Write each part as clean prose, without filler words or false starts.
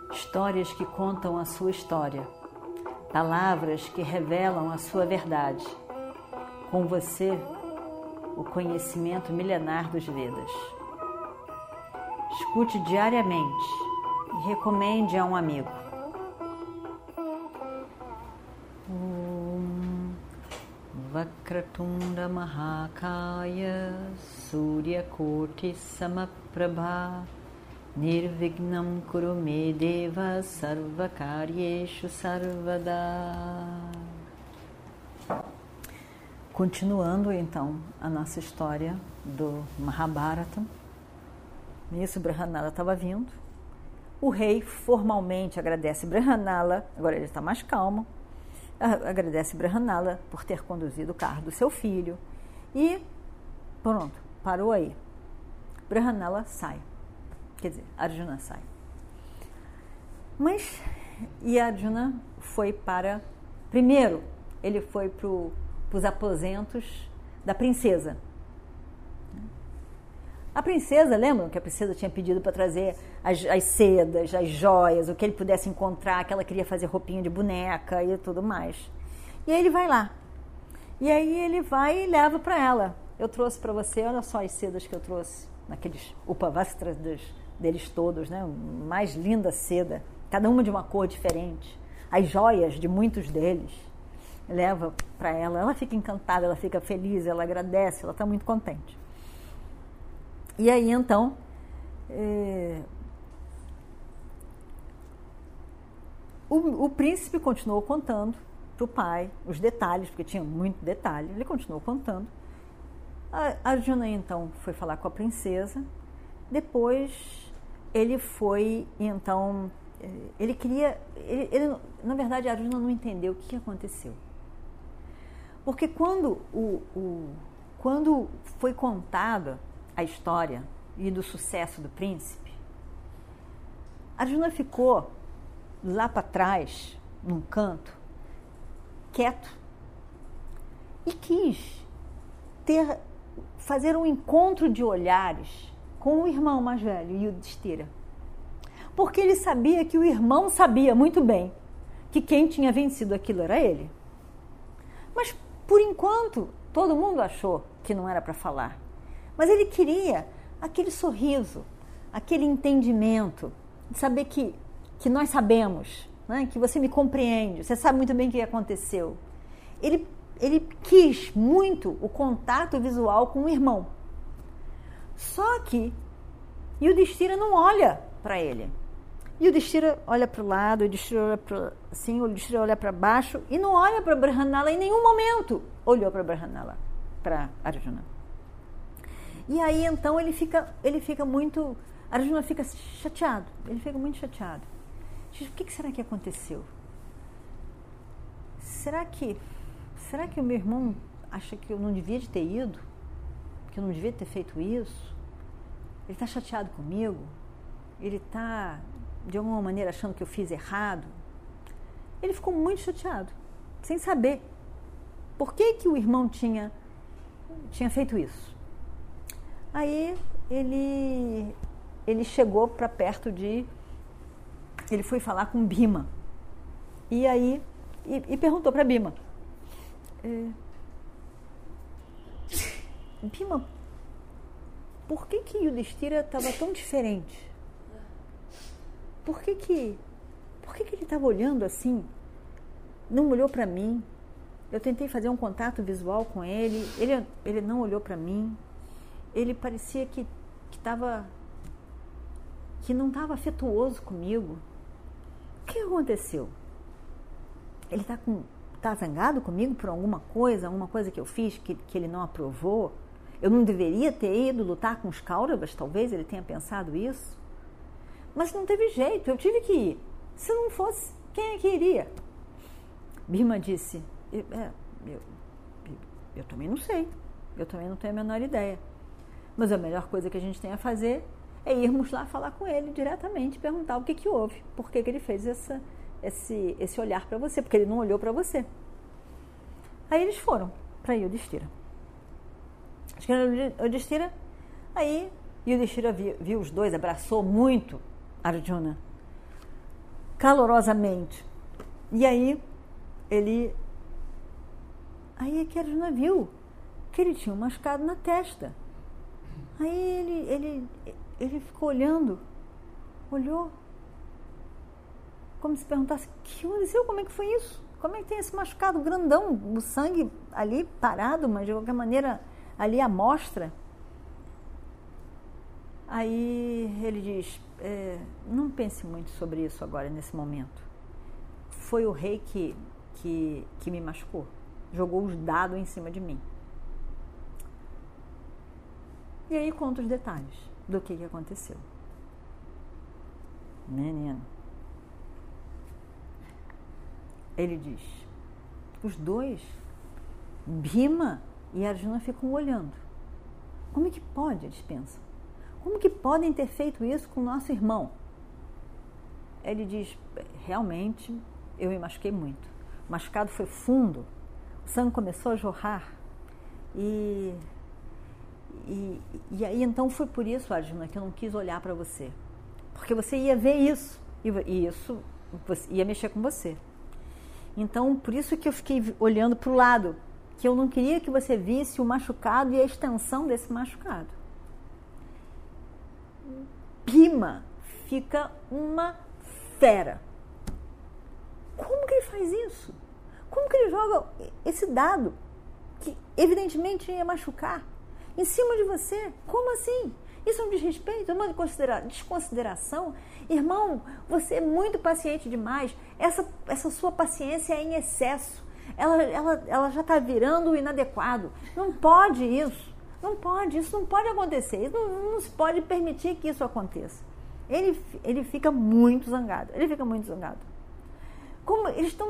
histórias que contam a sua história, palavras que revelam a sua verdade. Com você, o conhecimento milenar dos Vedas. Escute diariamente e recomende a um amigo. Om Vakratunda Mahakaya Suryakoti Samaprabha Nirvignam Kurume Deva Sarvakaryeshu Sarvada. Continuando então a nossa história do Mahabharata. Nisso Brihanala estava vindo. O rei formalmente agradece Brihanala, agora ele está mais calmo, agradece Brihanala por ter conduzido o carro do seu filho e pronto, parou aí. Brihanala sai, quer dizer, Arjuna sai. Mas, e Arjuna foi para, primeiro ele foi para os aposentos da princesa. A princesa, lembram que a princesa tinha pedido para trazer as sedas, as joias, o que ele pudesse encontrar, que ela queria fazer roupinha de boneca e tudo mais. E aí ele vai lá. E aí ele vai e leva para ela. Eu trouxe para você, olha só as sedas que eu trouxe, naqueles upavastras deles todos, né? Mais linda seda, cada uma de uma cor diferente. As joias de muitos deles. Leva para ela, ela fica encantada, ela fica feliz, ela agradece, ela está muito contente. E aí, então, o príncipe continuou contando para o pai os detalhes, porque tinha muito detalhe, ele continuou contando. A Arjuna, então, foi falar com a princesa, depois ele foi, então, ele queria, na verdade, a Arjuna não entendeu o que aconteceu. Porque quando foi contada a história e do sucesso do príncipe, Arjuna ficou lá para trás, num canto, quieto, e quis fazer um encontro de olhares com o irmão mais velho, Yudhishthira. Porque ele sabia que o irmão sabia muito bem que quem tinha vencido aquilo era ele. Mas, por enquanto, todo mundo achou que não era para falar. Mas ele queria aquele sorriso, aquele entendimento, de saber que nós sabemos, né? Que você me compreende, você sabe muito bem o que aconteceu. Ele quis muito o contato visual com o irmão. Só que Yudhishthira não olha para ele. Yudhishthira olha para o lado, Yudhishthira olha para assim, Yudhishthira olha para baixo e não olha para Brihanala em nenhum momento. Olhou para Brihanala, para Arjuna. E aí, então, ele fica muito... Arjuna fica chateado, ele fica muito chateado. Diz, o que será que aconteceu? Será que o meu irmão acha que eu não devia de ter ido? Que eu não devia ter feito isso? Ele está chateado comigo? Ele está, de alguma maneira, achando que eu fiz errado? Ele ficou muito chateado, sem saber por que o irmão tinha feito isso. Aí ele chegou para perto ele foi falar com Bhima. E aí, e perguntou para Bhima. Bhima, por que Yudhishthira estava tão diferente? Por que ele estava olhando assim? Não olhou para mim. Eu tentei fazer um contato visual com ele não olhou para mim. Ele parecia que não estava afetuoso comigo. O que aconteceu? Ele está zangado comigo por alguma coisa que eu fiz que ele não aprovou? Eu não deveria ter ido lutar com os Kauravas? Talvez ele tenha pensado isso. Mas não teve jeito, eu tive que ir. Se não fosse, quem é que iria? Bhima disse, eu também não sei. Eu também não tenho a menor ideia. Mas a melhor coisa que a gente tem a fazer é irmos lá falar com ele diretamente, perguntar o que houve, por que ele fez esse olhar para você, porque ele não olhou para você. Aí eles foram para Yudhishthira. Acho que era Yudhishthira. Aí Yudhishthira viu os dois, abraçou muito Arjuna. calorosamente. E aí é que Arjuna viu que ele tinha um machucado na testa. Aí ele ficou olhando, olhou, como se perguntasse: o que aconteceu? Como é que foi isso? Como é que tem esse machucado grandão, o sangue ali parado, mas de qualquer maneira ali à mostra? Aí ele diz: não pense muito sobre isso agora, nesse momento. Foi o rei que me machucou, jogou os dados em cima de mim. E aí conta os detalhes do que aconteceu. Menino. Ele diz: os dois, Bhima e Arjuna, ficam olhando. Como é que pode, eles pensam? Como que podem ter feito isso com o nosso irmão? Ele diz: realmente, eu me machuquei muito. O machucado foi fundo, o sangue começou a jorrar. E aí, então, foi por isso, Arjuna, que eu não quis olhar para você. Porque você ia ver isso, e isso ia mexer com você. Então, por isso que eu fiquei olhando para o lado, que eu não queria que você visse o machucado e a extensão desse machucado. Bhima fica uma fera. Como que ele faz isso? Como que ele joga esse dado, que evidentemente ia machucar, em cima de você? Como assim? Isso é um desrespeito, é uma desconsideração. Irmão, você é muito paciente demais. Essa sua paciência é em excesso. Ela já está virando inadequado. Não pode isso. Não pode, isso não pode acontecer. Isso não se pode permitir que isso aconteça. Ele fica muito zangado. Como eles estão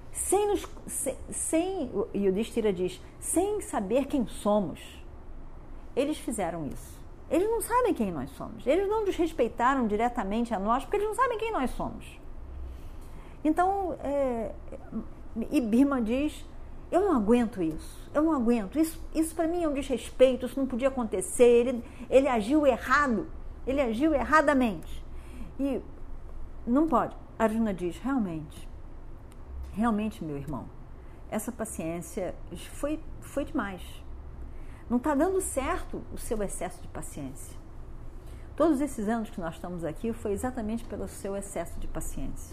e o Yudhishthira diz, sem saber quem somos. Eles fizeram isso. Eles não sabem quem nós somos. Eles não desrespeitaram diretamente a nós, porque eles não sabem quem nós somos. Então, e Bhima diz: eu não aguento isso. Eu não aguento. Isso para mim é um desrespeito. Isso não podia acontecer. Ele agiu errado. Ele agiu erradamente. E não pode. Arjuna diz: realmente, meu irmão, essa paciência foi demais. Não está dando certo o seu excesso de paciência. Todos esses anos que nós estamos aqui foi exatamente pelo seu excesso de paciência.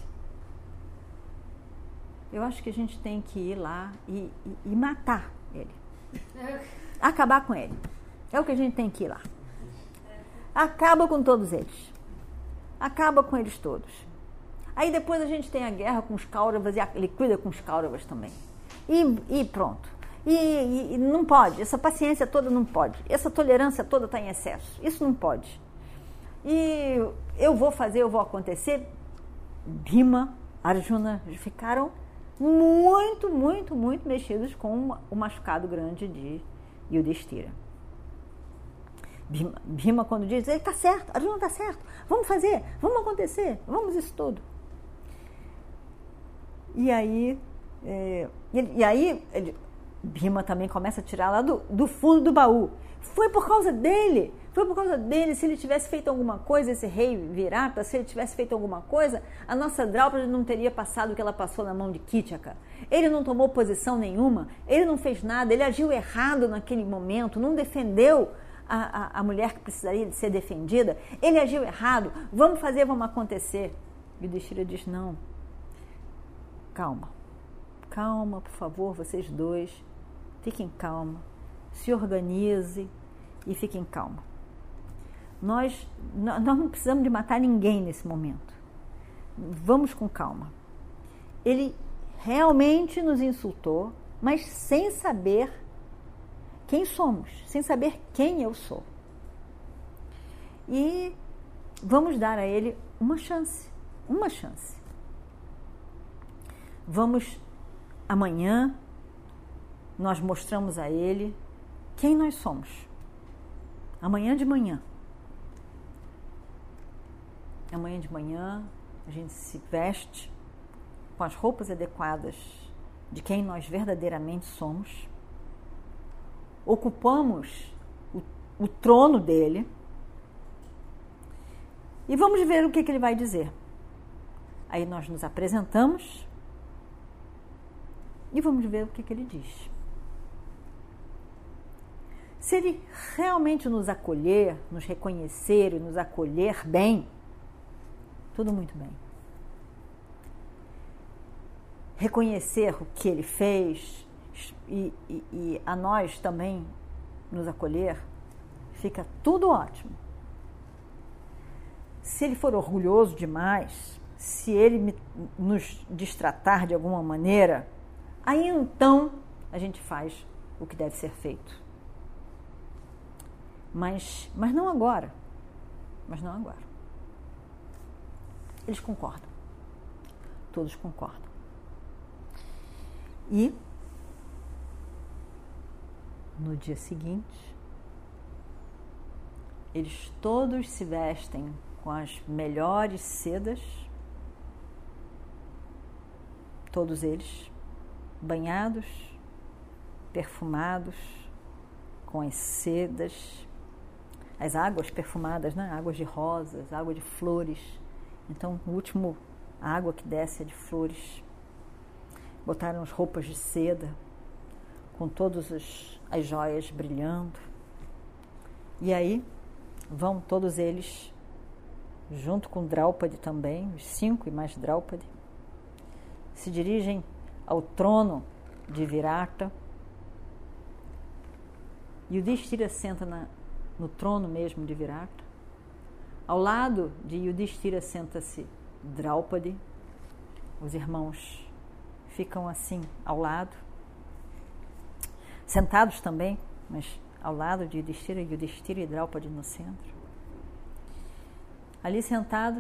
Eu acho que a gente tem que ir lá e matar ele. Acabar com ele. É o que a gente tem que ir lá. Acaba com todos eles. Acaba com eles todos. Aí depois a gente tem a guerra com os Kauravas e ele cuida com os Kauravas também. E pronto. E não pode, essa paciência toda não pode, essa tolerância toda está em excesso, isso não pode. E eu vou acontecer. Bhima, Arjuna ficaram muito, muito, muito mexidos com o machucado grande de Yudhishthira. Bhima, quando diz, ele está certo, Arjuna está certo, vamos fazer, vamos acontecer, vamos isso tudo. E aí, Bhima também começa a tirar lá do fundo do baú. Foi por causa dele. Se ele tivesse feito alguma coisa, esse rei Virata, se ele tivesse feito alguma coisa, a nossa Draupadi não teria passado o que ela passou na mão de Kichaka. Ele não tomou posição nenhuma, ele não fez nada, ele agiu errado naquele momento, não defendeu a mulher que precisaria de ser defendida. Ele agiu errado, vamos acontecer. E o Yudhishthira diz: não, calma, por favor, vocês dois, fiquem calma, se organize e fiquem calma. Nós não precisamos de matar ninguém nesse momento. Vamos com calma. Ele realmente nos insultou, mas sem saber quem somos, sem saber quem eu sou. E vamos dar a ele uma chance. Amanhã nós mostramos a ele quem nós somos. Amanhã de manhã a gente se veste com as roupas adequadas de quem nós verdadeiramente somos. Ocupamos o trono dele e vamos ver o que ele vai dizer. Aí nós nos apresentamos e vamos ver o que ele diz. Se ele realmente nos acolher, nos reconhecer e nos acolher bem, tudo muito bem. Reconhecer o que ele fez e a nós também nos acolher, fica tudo ótimo. Se ele for orgulhoso demais, se ele nos destratar de alguma maneira, aí então a gente faz o que deve ser feito. Mas não agora. Mas não agora. Eles concordam. Todos concordam. E no dia seguinte, eles todos se vestem com as melhores sedas, todos eles banhados, perfumados, com as sedas, as águas perfumadas, né? Águas de rosas, água de flores. Então, o último, a água que desce é de flores. Botaram as roupas de seda, com todas as joias brilhando. E aí, vão todos eles, junto com Draupadi também, os 5 e mais Draupadi, se dirigem ao trono de Virata. E o Yudhishthira senta no trono mesmo de Virata. Ao lado de Yudhishthira senta-se Draupadi. Os irmãos ficam assim ao lado, sentados também, mas ao lado de Yudhishthira e Draupadi no centro. Ali sentados,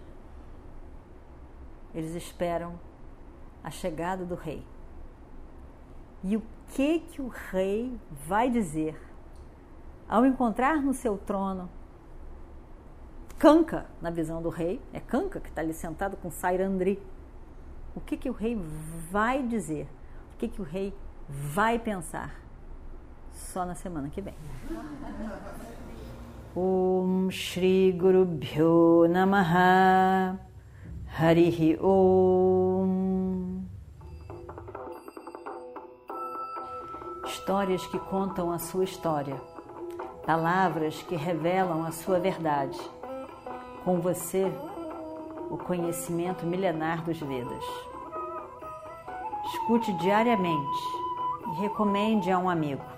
eles esperam a chegada do rei. E o que o rei vai dizer ao encontrar no seu trono Kanka, na visão do rei, é Kanka que está ali sentado com Sairandri. O que o rei vai dizer? O que o rei vai pensar? Só na semana que vem. Om Shri Guru Bhyo Namaha Harihi Om. Histórias que contam a sua história. Palavras que revelam a sua verdade. Com você, o conhecimento milenar dos Vedas. Escute diariamente e recomende a um amigo.